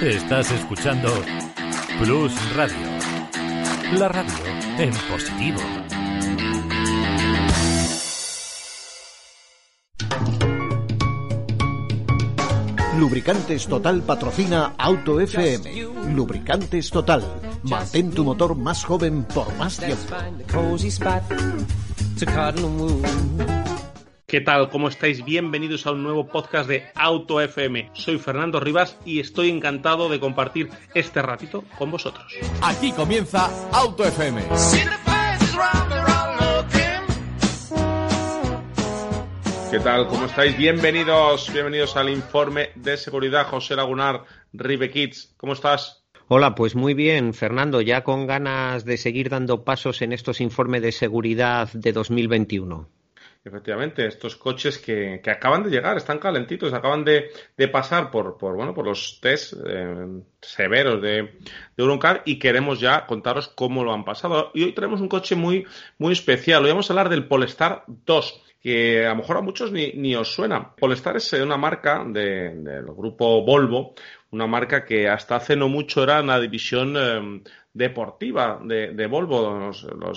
Estás escuchando Plus Radio. La radio en positivo. Lubricantes Total patrocina Auto FM. Lubricantes Total. Mantén tu motor más joven por más tiempo. ¿Qué tal? ¿Cómo estáis? Bienvenidos a un nuevo podcast de Auto FM. Soy Fernando Rivas y estoy encantado de compartir este ratito con vosotros. Aquí comienza Auto FM. ¿Qué tal? ¿Cómo estáis? Bienvenidos al informe de seguridad. José Lagunar, Ribe Kids. ¿Cómo estás? Hola, pues muy bien, Fernando, ya con ganas de seguir dando pasos en estos informes de seguridad de 2021. Efectivamente, estos coches que acaban de llegar, están calentitos, acaban de pasar por los test severos de Euroncap y queremos ya contaros cómo lo han pasado. Y hoy tenemos un coche muy, muy especial. Hoy vamos a hablar del Polestar 2, que a lo mejor a muchos ni os suena. Polestar es una marca del grupo Volvo, una marca que hasta hace no mucho era una división deportiva de Volvo,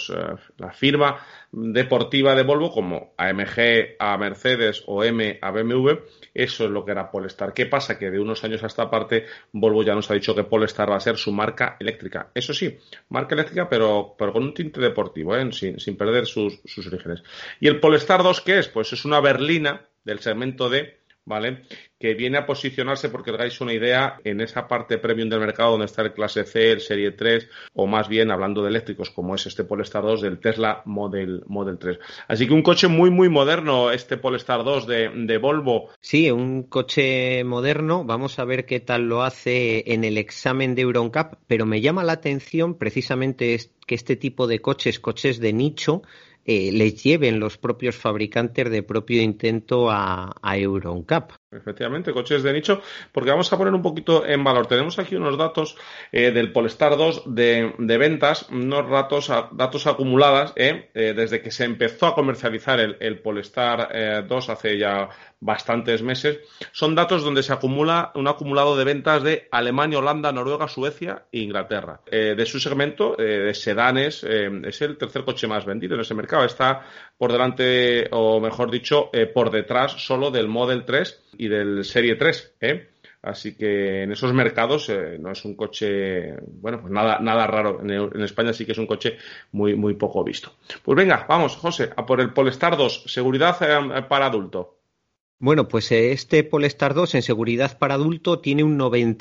la firma deportiva de Volvo, como AMG a Mercedes o M a BMW, eso es lo que era Polestar. ¿Qué pasa? Que de unos años a esta parte Volvo ya nos ha dicho que Polestar va a ser su marca eléctrica. Eso sí, marca eléctrica pero con un tinte deportivo, sin perder sus orígenes. ¿Y el Polestar 2 qué es? Pues es una berlina del segmento D, ¿vale? Que viene a posicionarse, porque os dais una idea, en esa parte premium del mercado donde está el clase C, el Serie 3, o más bien, hablando de eléctricos, como es este Polestar 2 del Tesla Model 3. Así que un coche muy, muy moderno, este Polestar 2 de Volvo. Sí, un coche moderno. Vamos a ver qué tal lo hace en el examen de Euroncap, pero me llama la atención precisamente que este tipo de coches de nicho, les lleven los propios fabricantes de propio intento a Euroncap. Efectivamente, coches de nicho, porque vamos a poner un poquito en valor. Tenemos aquí unos datos del Polestar 2 de ventas, unos datos acumuladas desde que se empezó a comercializar el Polestar 2 hace ya bastantes meses. Son datos donde se acumula un acumulado de ventas de Alemania, Holanda, Noruega, Suecia e Inglaterra. De su segmento de sedanes, es el tercer coche más vendido en ese mercado. Está por delante, o mejor dicho, por detrás solo del Model 3 y del Serie 3, Así que en esos mercados no es un coche, pues nada raro. En España sí que es un coche muy, muy poco visto. Pues venga, vamos, José, a por el Polestar 2, seguridad para adulto. Bueno, pues este Polestar 2 en seguridad para adulto tiene un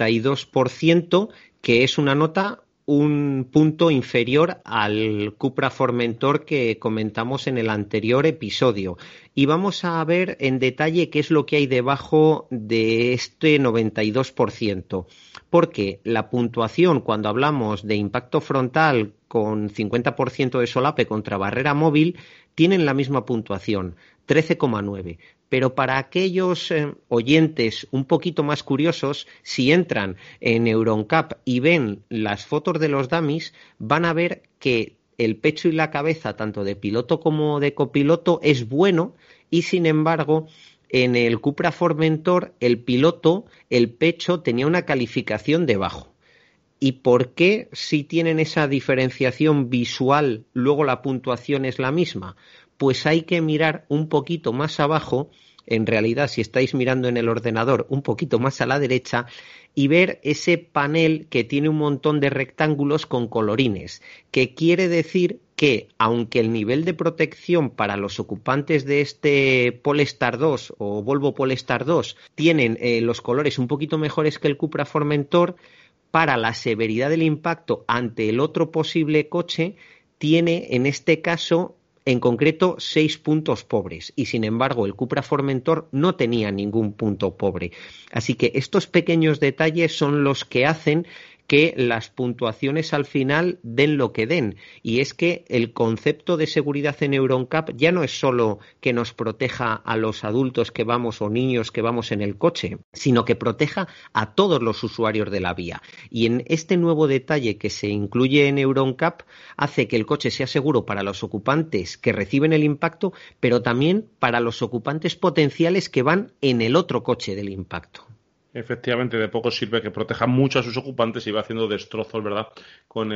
92%, que es una nota un punto inferior al Cupra Formentor que comentamos en el anterior episodio. Y vamos a ver en detalle qué es lo que hay debajo de este 92%. Porque la puntuación, cuando hablamos de impacto frontal con 50% de solape contra barrera móvil, tienen la misma puntuación, 13,9. Pero para aquellos oyentes un poquito más curiosos, si entran en Euroncap y ven las fotos de los dummies, van a ver que el pecho y la cabeza, tanto de piloto como de copiloto, es bueno y, sin embargo, en el Cupra Formentor, el piloto, el pecho, tenía una calificación de bajo. ¿Y por qué, si tienen esa diferenciación visual, luego la puntuación es la misma? Pues hay que mirar un poquito más abajo, en realidad si estáis mirando en el ordenador un poquito más a la derecha, y ver ese panel que tiene un montón de rectángulos con colorines, que quiere decir que aunque el nivel de protección para los ocupantes de este Polestar 2 o Volvo Polestar 2 tienen los colores un poquito mejores que el Cupra Formentor, para la severidad del impacto ante el otro posible coche tiene en este caso en concreto 6 puntos pobres y sin embargo el Cupra Formentor no tenía ningún punto pobre. Así que estos pequeños detalles son los que hacen que las puntuaciones al final den lo que den. Y es que el concepto de seguridad en Euroncap ya no es solo que nos proteja a los adultos que vamos o niños que vamos en el coche, sino que proteja a todos los usuarios de la vía. Y en este nuevo detalle que se incluye en Euroncap hace que el coche sea seguro para los ocupantes que reciben el impacto, pero también para los ocupantes potenciales que van en el otro coche del impacto. Efectivamente, de poco sirve que proteja mucho a sus ocupantes y va haciendo destrozos, ¿verdad?, con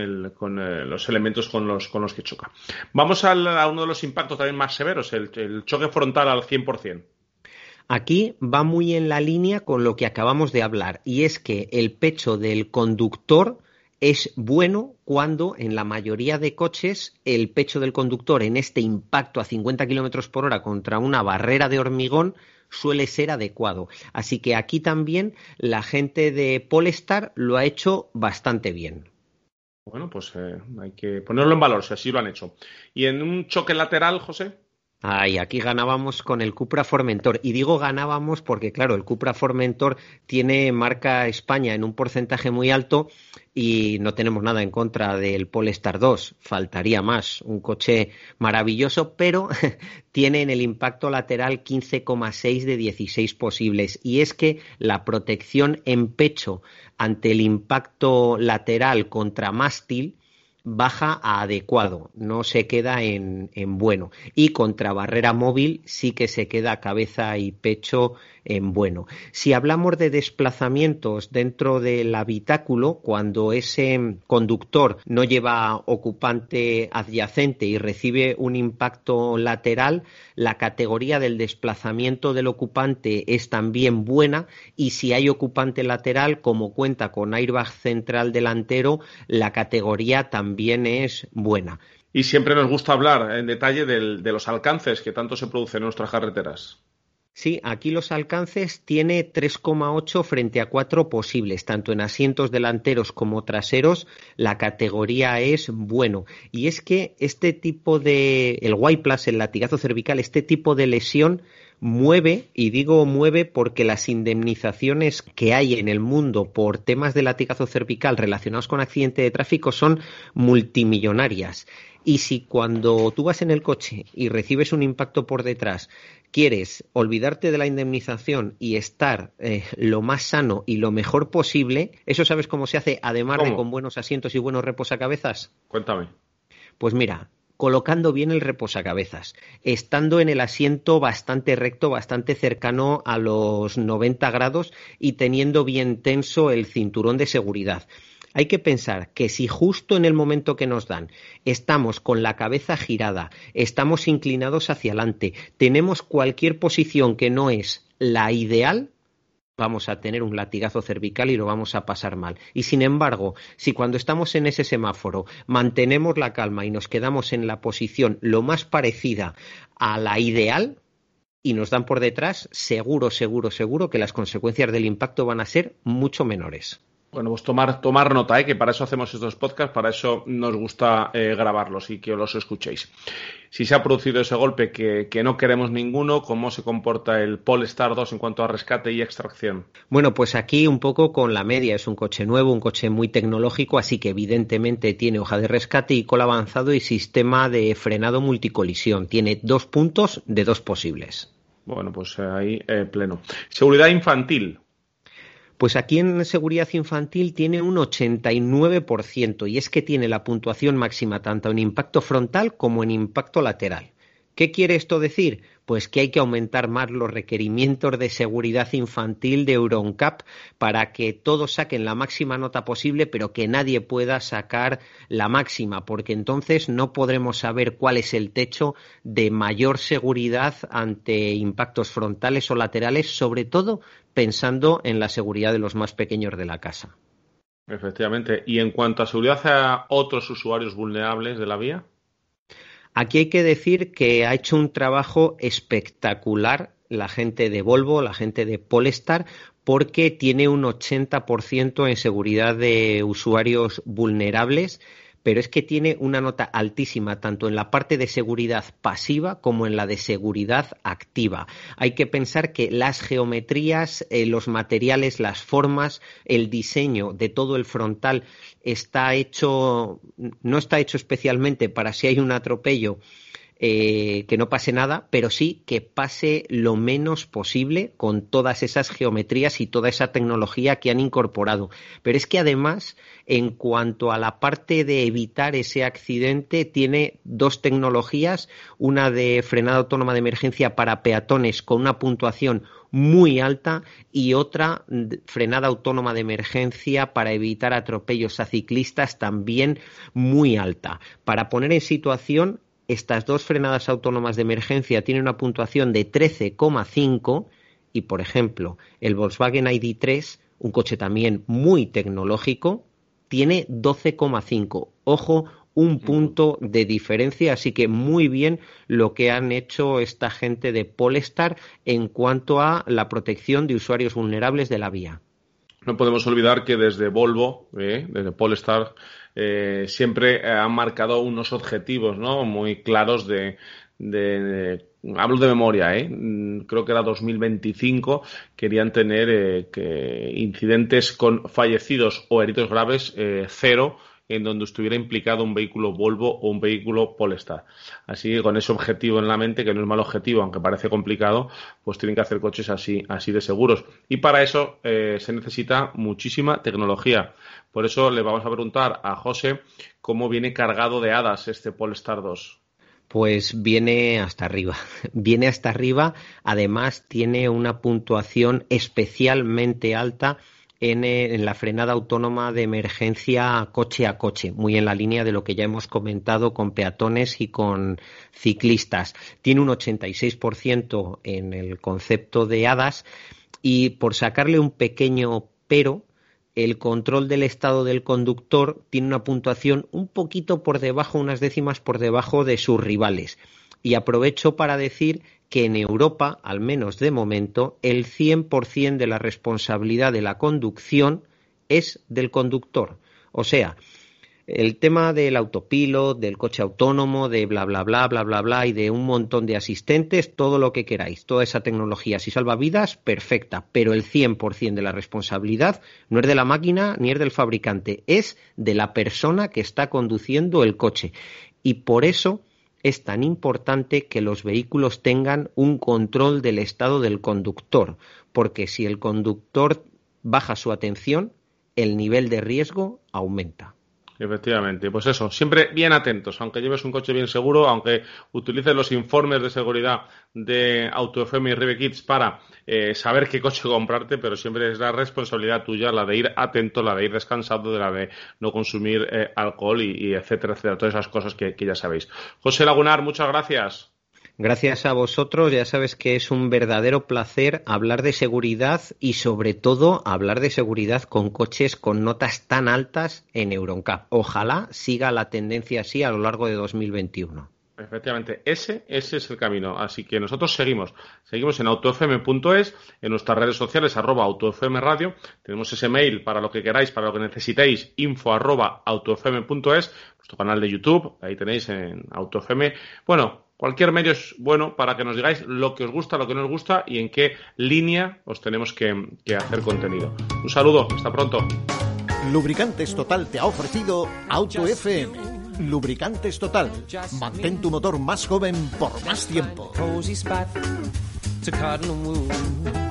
los elementos con los que choca. Vamos a uno de los impactos también más severos, el choque frontal al 100%. Aquí va muy en la línea con lo que acabamos de hablar, y es que el pecho del conductor es bueno cuando en la mayoría de coches el pecho del conductor en este impacto a 50 km por hora contra una barrera de hormigón suele ser adecuado. Así que aquí también la gente de Polestar lo ha hecho bastante bien. Bueno, pues hay que ponerlo en valor, si así lo han hecho. ¿Y en un choque lateral, José? Ay, aquí ganábamos con el Cupra Formentor. Y digo ganábamos porque, claro, el Cupra Formentor tiene marca España en un porcentaje muy alto y no tenemos nada en contra del Polestar 2. Faltaría más. Un coche maravilloso, pero tiene en el impacto lateral 15,6 de 16 posibles. Y es que la protección en pecho ante el impacto lateral contra mástil baja a adecuado, no se queda en bueno, y contra barrera móvil sí que se queda cabeza y pecho en bueno. Si hablamos de desplazamientos dentro del habitáculo, cuando ese conductor no lleva ocupante adyacente y recibe un impacto lateral, la categoría del desplazamiento del ocupante es también buena, y si hay ocupante lateral, como cuenta con airbag central delantero, la categoría también es buena. Y siempre nos gusta hablar en detalle de los alcances que tanto se producen en nuestras carreteras. Sí, aquí los alcances tiene 3,8 frente a 4 posibles, tanto en asientos delanteros como traseros, la categoría es bueno. Y es que este tipo el Y-Plus, el latigazo cervical, este tipo de lesión mueve, y digo mueve porque las indemnizaciones que hay en el mundo por temas de latigazo cervical relacionados con accidente de tráfico son multimillonarias. Y si cuando tú vas en el coche y recibes un impacto por detrás, quieres olvidarte de la indemnización y estar lo más sano y lo mejor posible, ¿eso sabes cómo se hace, además ¿Cómo? de con buenos asientos y buenos reposacabezas? Cuéntame. Pues mira, colocando bien el reposacabezas, estando en el asiento bastante recto, bastante cercano a los 90 grados y teniendo bien tenso el cinturón de seguridad. Hay que pensar que si justo en el momento que nos dan estamos con la cabeza girada, estamos inclinados hacia adelante, tenemos cualquier posición que no es la ideal, vamos a tener un latigazo cervical y lo vamos a pasar mal. Y sin embargo, si cuando estamos en ese semáforo mantenemos la calma y nos quedamos en la posición lo más parecida a la ideal y nos dan por detrás, seguro que las consecuencias del impacto van a ser mucho menores. Bueno, pues tomar nota, que para eso hacemos estos podcasts, para eso nos gusta grabarlos y que los escuchéis. Si se ha producido ese golpe, que no queremos ninguno, ¿cómo se comporta el Polestar 2 en cuanto a rescate y extracción? Bueno, pues aquí un poco con la media. Es un coche nuevo, un coche muy tecnológico, así que evidentemente tiene hoja de rescate y cola avanzado y sistema de frenado multicolisión. Tiene 2 puntos de 2 posibles. Bueno, pues ahí pleno. Seguridad infantil. Pues aquí en seguridad infantil tiene un 89% y es que tiene la puntuación máxima tanto en impacto frontal como en impacto lateral. ¿Qué quiere esto decir? Pues que hay que aumentar más los requerimientos de seguridad infantil de Euro NCAP para que todos saquen la máxima nota posible, pero que nadie pueda sacar la máxima, porque entonces no podremos saber cuál es el techo de mayor seguridad ante impactos frontales o laterales, sobre todo pensando en la seguridad de los más pequeños de la casa. Efectivamente. ¿Y en cuanto a seguridad a otros usuarios vulnerables de la vía? Aquí hay que decir que ha hecho un trabajo espectacular la gente de Volvo, la gente de Polestar, porque tiene un 80% en seguridad de usuarios vulnerables, pero es que tiene una nota altísima tanto en la parte de seguridad pasiva como en la de seguridad activa. Hay que pensar que las geometrías, los materiales, las formas, el diseño de todo el frontal no está hecho especialmente para si hay un atropello que no pase nada, pero sí que pase lo menos posible con todas esas geometrías y toda esa tecnología que han incorporado. Pero es que además, en cuanto a la parte de evitar ese accidente, tiene 2 tecnologías, una de frenada autónoma de emergencia para peatones con una puntuación muy alta y otra frenada autónoma de emergencia para evitar atropellos a ciclistas también muy alta. Para poner en situación, estas dos frenadas autónomas de emergencia tienen una puntuación de 13,5 y, por ejemplo, el Volkswagen ID.3, un coche también muy tecnológico, tiene 12,5. Ojo, un punto de diferencia, así que muy bien lo que han hecho esta gente de Polestar en cuanto a la protección de usuarios vulnerables de la vía. No podemos olvidar que desde Volvo, desde Polestar, siempre han marcado unos objetivos, ¿no?, muy claros hablo de memoria, creo que era 2025, querían tener incidentes con fallecidos o heridos graves cero, en donde estuviera implicado un vehículo Volvo o un vehículo Polestar. Así que con ese objetivo en la mente, que no es mal objetivo, aunque parece complicado, pues tienen que hacer coches así de seguros. Y para eso se necesita muchísima tecnología. Por eso le vamos a preguntar a José cómo viene cargado de hadas este Polestar 2. Pues viene hasta arriba. Además, tiene una puntuación especialmente alta en la frenada autónoma de emergencia coche a coche, muy en la línea de lo que ya hemos comentado con peatones y con ciclistas. Tiene un 86% en el concepto de hadas y, por sacarle un pequeño pero, el control del estado del conductor tiene una puntuación un poquito por debajo, unas décimas por debajo de sus rivales. Y aprovecho para decir que en Europa, al menos de momento, el 100% de la responsabilidad de la conducción es del conductor. O sea, el tema del autopilot, del coche autónomo, de bla, bla, bla, bla, bla, bla, y de un montón de asistentes, todo lo que queráis, toda esa tecnología, si salva vidas, perfecta, pero el 100% de la responsabilidad no es de la máquina ni es del fabricante, es de la persona que está conduciendo el coche. Y por eso es tan importante que los vehículos tengan un control del estado del conductor, porque si el conductor baja su atención, el nivel de riesgo aumenta. Efectivamente, pues eso, siempre bien atentos, aunque lleves un coche bien seguro, aunque utilices los informes de seguridad de AutoFM y RibeKids para saber qué coche comprarte, pero siempre es la responsabilidad tuya la de ir atento, la de ir descansado, de la de no consumir alcohol y etcétera, etcétera, todas esas cosas que ya sabéis. José Lagunar, muchas gracias. Gracias a vosotros, ya sabes que es un verdadero placer hablar de seguridad y sobre todo hablar de seguridad con coches con notas tan altas en EuroNCAP. Ojalá siga la tendencia así a lo largo de 2021. Efectivamente, ese es el camino. Así que nosotros seguimos en autofm.es, en nuestras redes sociales, @autofmradio. Tenemos ese mail para lo que queráis, para lo que necesitéis, info@autofm.es, nuestro canal de YouTube, ahí tenéis en AutoFM. Bueno, cualquier medio es bueno para que nos digáis lo que os gusta, lo que no os gusta y en qué línea os tenemos que hacer contenido. Un saludo, hasta pronto. Lubricantes Total te ha ofrecido AutoFM. Lubricantes Total. Mantén tu motor más joven por más tiempo.